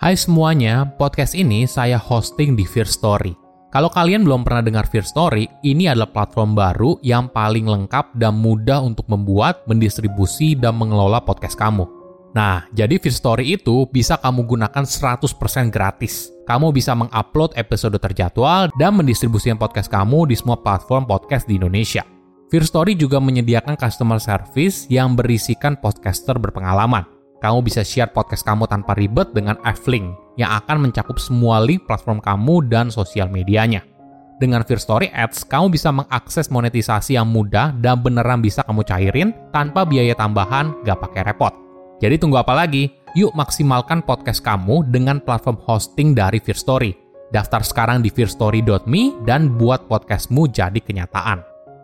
Hai semuanya, podcast ini saya hosting di Firstory. Kalau kalian belum pernah dengar Firstory, ini adalah platform baru yang paling lengkap dan mudah untuk membuat, mendistribusi, dan mengelola podcast kamu. Nah, jadi Firstory itu bisa kamu gunakan 100% gratis. Kamu bisa mengupload episode terjadwal dan mendistribusikan podcast kamu di semua platform podcast di Indonesia. Firstory juga menyediakan customer service yang berisikan podcaster berpengalaman. Kamu bisa share podcast kamu tanpa ribet dengan F-Link yang akan mencakup semua link platform kamu dan sosial medianya. Dengan Firstory Ads, kamu bisa mengakses monetisasi yang mudah dan beneran bisa kamu cairin tanpa biaya tambahan, gak pakai repot. Jadi tunggu apa lagi? Yuk maksimalkan podcast kamu dengan platform hosting dari Firstory. Daftar sekarang di firstory.me dan buat podcastmu jadi kenyataan.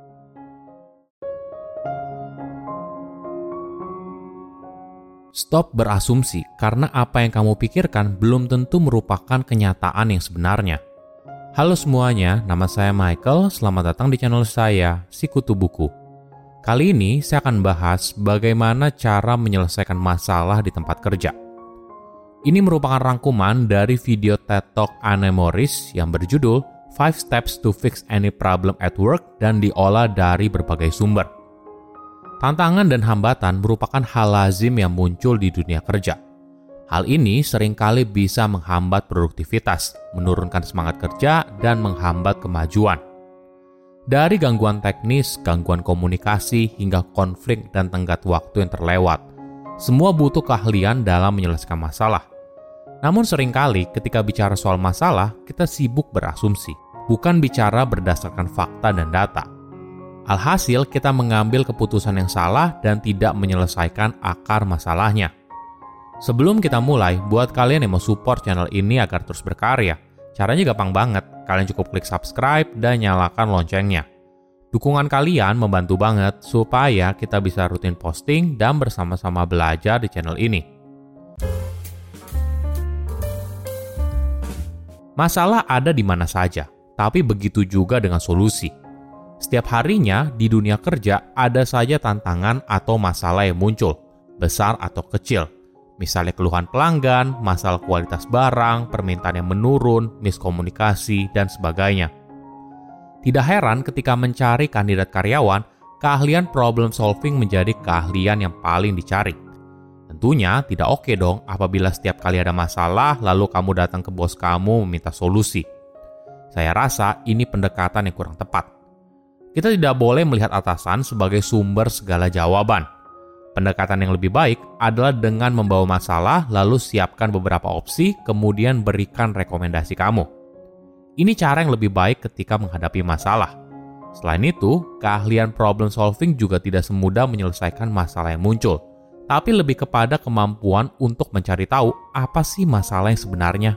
Stop berasumsi, karena apa yang kamu pikirkan belum tentu merupakan kenyataan yang sebenarnya. Halo semuanya, nama saya Michael, selamat datang di channel saya, Sikutu Buku. Kali ini saya akan bahas bagaimana cara menyelesaikan masalah di tempat kerja. Ini merupakan rangkuman dari video TED Talk Anne Morris yang berjudul 5 Steps to Fix Any Problem at Work dan diolah dari berbagai sumber. Tantangan dan hambatan merupakan hal lazim yang muncul di dunia kerja. Hal ini seringkali bisa menghambat produktivitas, menurunkan semangat kerja, dan menghambat kemajuan. Dari gangguan teknis, gangguan komunikasi, hingga konflik dan tenggat waktu yang terlewat, semua butuh keahlian dalam menyelesaikan masalah. Namun seringkali ketika bicara soal masalah, kita sibuk berasumsi, bukan bicara berdasarkan fakta dan data. Alhasil, kita mengambil keputusan yang salah dan tidak menyelesaikan akar masalahnya. Sebelum kita mulai, buat kalian yang mau support channel ini agar terus berkarya, caranya gampang banget. Kalian cukup klik subscribe dan nyalakan loncengnya. Dukungan kalian membantu banget supaya kita bisa rutin posting dan bersama-sama belajar di channel ini. Masalah ada di mana saja, tapi begitu juga dengan solusi. Setiap harinya di dunia kerja ada saja tantangan atau masalah yang muncul, besar atau kecil. Misalnya keluhan pelanggan, masalah kualitas barang, permintaan yang menurun, miskomunikasi, dan sebagainya. Tidak heran ketika mencari kandidat karyawan, keahlian problem solving menjadi keahlian yang paling dicari. Tentunya tidak oke dong apabila setiap kali ada masalah lalu kamu datang ke bos kamu meminta solusi. Saya rasa ini pendekatan yang kurang tepat. Kita tidak boleh melihat atasan sebagai sumber segala jawaban. Pendekatan yang lebih baik adalah dengan membawa masalah, lalu siapkan beberapa opsi, kemudian berikan rekomendasi kamu. Ini cara yang lebih baik ketika menghadapi masalah. Selain itu, keahlian problem solving juga tidak semudah menyelesaikan masalah yang muncul, tapi lebih kepada kemampuan untuk mencari tahu apa sih masalah yang sebenarnya.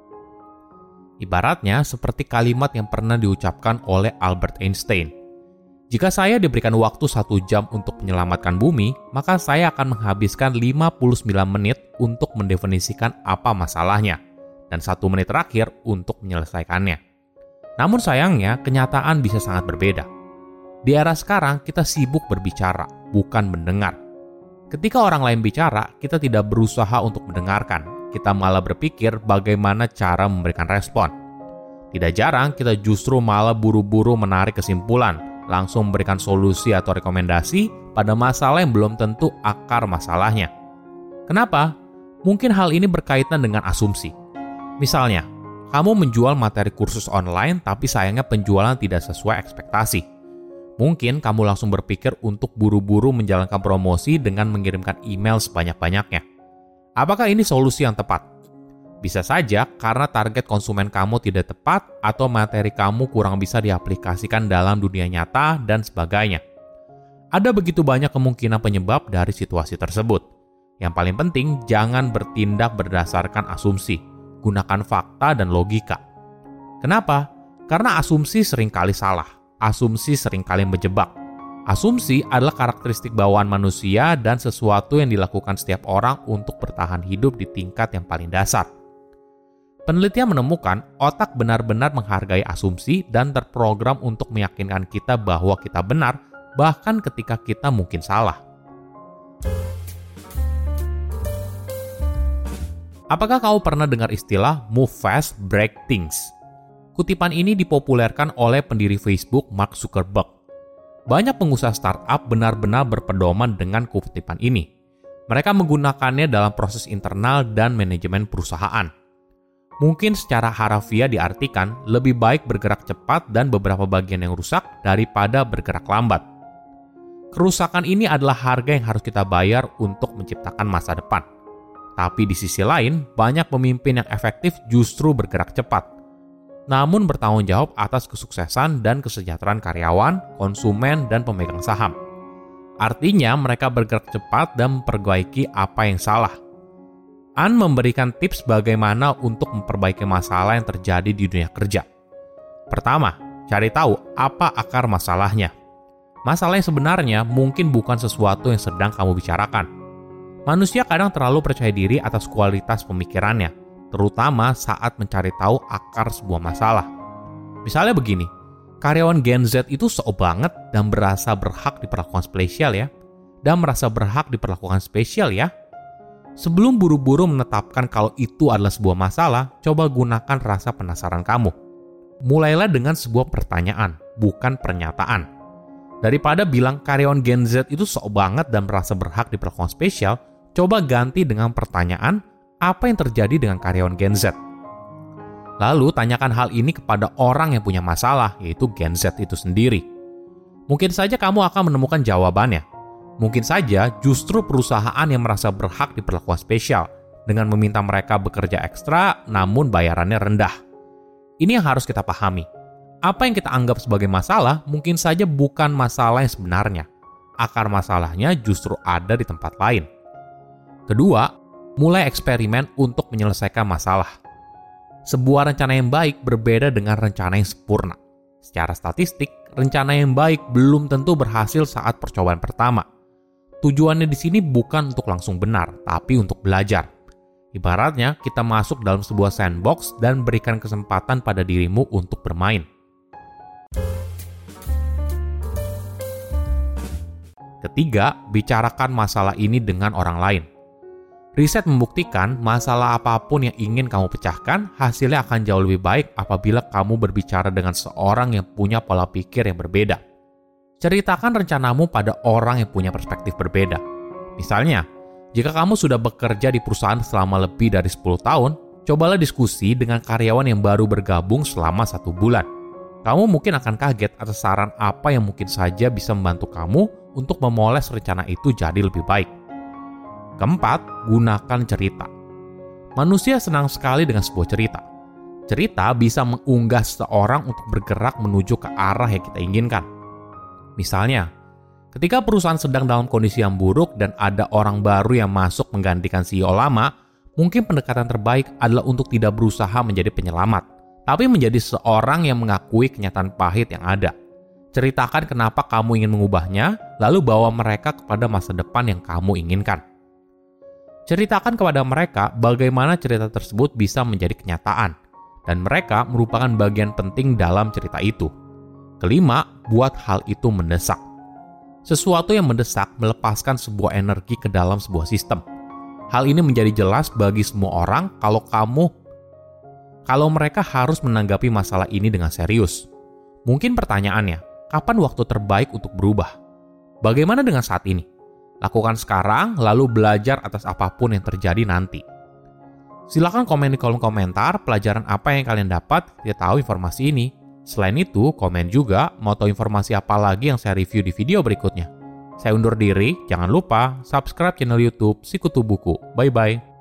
Ibaratnya seperti kalimat yang pernah diucapkan oleh Albert Einstein. Jika saya diberikan waktu 1 jam untuk menyelamatkan bumi, maka saya akan menghabiskan 59 menit untuk mendefinisikan apa masalahnya, dan 1 menit terakhir untuk menyelesaikannya. Namun sayangnya, kenyataan bisa sangat berbeda. Di era sekarang, kita sibuk berbicara, bukan mendengar. Ketika orang lain bicara, kita tidak berusaha untuk mendengarkan. Kita malah berpikir bagaimana cara memberikan respon. Tidak jarang, kita justru malah buru-buru menarik kesimpulan, langsung memberikan solusi atau rekomendasi pada masalah yang belum tentu akar masalahnya. Kenapa? Mungkin hal ini berkaitan dengan asumsi. Misalnya, kamu menjual materi kursus online tapi sayangnya penjualan tidak sesuai ekspektasi. Mungkin kamu langsung berpikir untuk buru-buru menjalankan promosi dengan mengirimkan email sebanyak-banyaknya. Apakah ini solusi yang tepat? Bisa saja karena target konsumen kamu tidak tepat atau materi kamu kurang bisa diaplikasikan dalam dunia nyata dan sebagainya. Ada begitu banyak kemungkinan penyebab dari situasi tersebut. Yang paling penting, jangan bertindak berdasarkan asumsi. Gunakan fakta dan logika. Kenapa? Karena asumsi seringkali salah. Asumsi seringkali menjebak. Asumsi adalah karakteristik bawaan manusia dan sesuatu yang dilakukan setiap orang untuk bertahan hidup di tingkat yang paling dasar. Penelitian menemukan otak benar-benar menghargai asumsi dan terprogram untuk meyakinkan kita bahwa kita benar, bahkan ketika kita mungkin salah. Apakah kamu pernah dengar istilah move fast, break things? Kutipan ini dipopulerkan oleh pendiri Facebook Mark Zuckerberg. Banyak pengusaha startup benar-benar berpedoman dengan kutipan ini. Mereka menggunakannya dalam proses internal dan manajemen perusahaan. Mungkin secara harafiah diartikan lebih baik bergerak cepat dan beberapa bagian yang rusak daripada bergerak lambat. Kerusakan ini adalah harga yang harus kita bayar untuk menciptakan masa depan. Tapi di sisi lain, banyak pemimpin yang efektif justru bergerak cepat, namun bertanggung jawab atas kesuksesan dan kesejahteraan karyawan, konsumen, dan pemegang saham. Artinya mereka bergerak cepat dan memperbaiki apa yang salah. Ann memberikan tips bagaimana untuk memperbaiki masalah yang terjadi di dunia kerja. Pertama, cari tahu apa akar masalahnya. Masalah yang sebenarnya mungkin bukan sesuatu yang sedang kamu bicarakan. Manusia kadang terlalu percaya diri atas kualitas pemikirannya, terutama saat mencari tahu akar sebuah masalah. Misalnya begini, karyawan Gen Z itu sok banget dan merasa berhak diperlakukan spesial ya. Sebelum buru-buru menetapkan kalau itu adalah sebuah masalah, coba gunakan rasa penasaran kamu. Mulailah dengan sebuah pertanyaan, bukan pernyataan. Daripada bilang karyawan Gen Z itu sok banget dan merasa berhak diperlakukan spesial, coba ganti dengan pertanyaan, apa yang terjadi dengan karyawan Gen Z? Lalu tanyakan hal ini kepada orang yang punya masalah, yaitu Gen Z itu sendiri. Mungkin saja kamu akan menemukan jawabannya. Mungkin saja justru perusahaan yang merasa berhak diperlakukan spesial dengan meminta mereka bekerja ekstra namun bayarannya rendah. Ini yang harus kita pahami. Apa yang kita anggap sebagai masalah mungkin saja bukan masalah yang sebenarnya. Akar masalahnya justru ada di tempat lain. Kedua, mulai eksperimen untuk menyelesaikan masalah. Sebuah rencana yang baik berbeda dengan rencana yang sempurna. Secara statistik, rencana yang baik belum tentu berhasil saat percobaan pertama. Tujuannya di sini bukan untuk langsung benar, tapi untuk belajar. Ibaratnya, kita masuk dalam sebuah sandbox dan berikan kesempatan pada dirimu untuk bermain. Ketiga, bicarakan masalah ini dengan orang lain. Riset membuktikan masalah apapun yang ingin kamu pecahkan, hasilnya akan jauh lebih baik apabila kamu berbicara dengan seorang yang punya pola pikir yang berbeda. Ceritakan rencanamu pada orang yang punya perspektif berbeda. Misalnya, jika kamu sudah bekerja di perusahaan selama lebih dari 10 tahun, cobalah diskusi dengan karyawan yang baru bergabung selama 1 bulan. Kamu mungkin akan kaget atas saran apa yang mungkin saja bisa membantu kamu untuk memoles rencana itu jadi lebih baik. Keempat, gunakan cerita. Manusia senang sekali dengan sebuah cerita. Cerita bisa mengunggah seseorang untuk bergerak menuju ke arah yang kita inginkan. Misalnya, ketika perusahaan sedang dalam kondisi yang buruk dan ada orang baru yang masuk menggantikan CEO lama, mungkin pendekatan terbaik adalah untuk tidak berusaha menjadi penyelamat, tapi menjadi seorang yang mengakui kenyataan pahit yang ada. Ceritakan kenapa kamu ingin mengubahnya, lalu bawa mereka kepada masa depan yang kamu inginkan. Ceritakan kepada mereka bagaimana cerita tersebut bisa menjadi kenyataan, dan mereka merupakan bagian penting dalam cerita itu. Kelima, buat hal itu mendesak. Sesuatu yang mendesak melepaskan sebuah energi ke dalam sebuah sistem. Hal ini menjadi jelas bagi semua orang kalau mereka harus menanggapi masalah ini dengan serius. Mungkin pertanyaannya, kapan waktu terbaik untuk berubah? Bagaimana dengan saat ini? Lakukan sekarang, lalu belajar atas apapun yang terjadi nanti. Silakan komen di kolom komentar pelajaran apa yang kalian dapat ketika tahu informasi ini. Selain itu, komen juga mau tahu informasi apa lagi yang saya review di video berikutnya. Saya undur diri, jangan lupa subscribe channel YouTube Sikutu Buku. Bye-bye.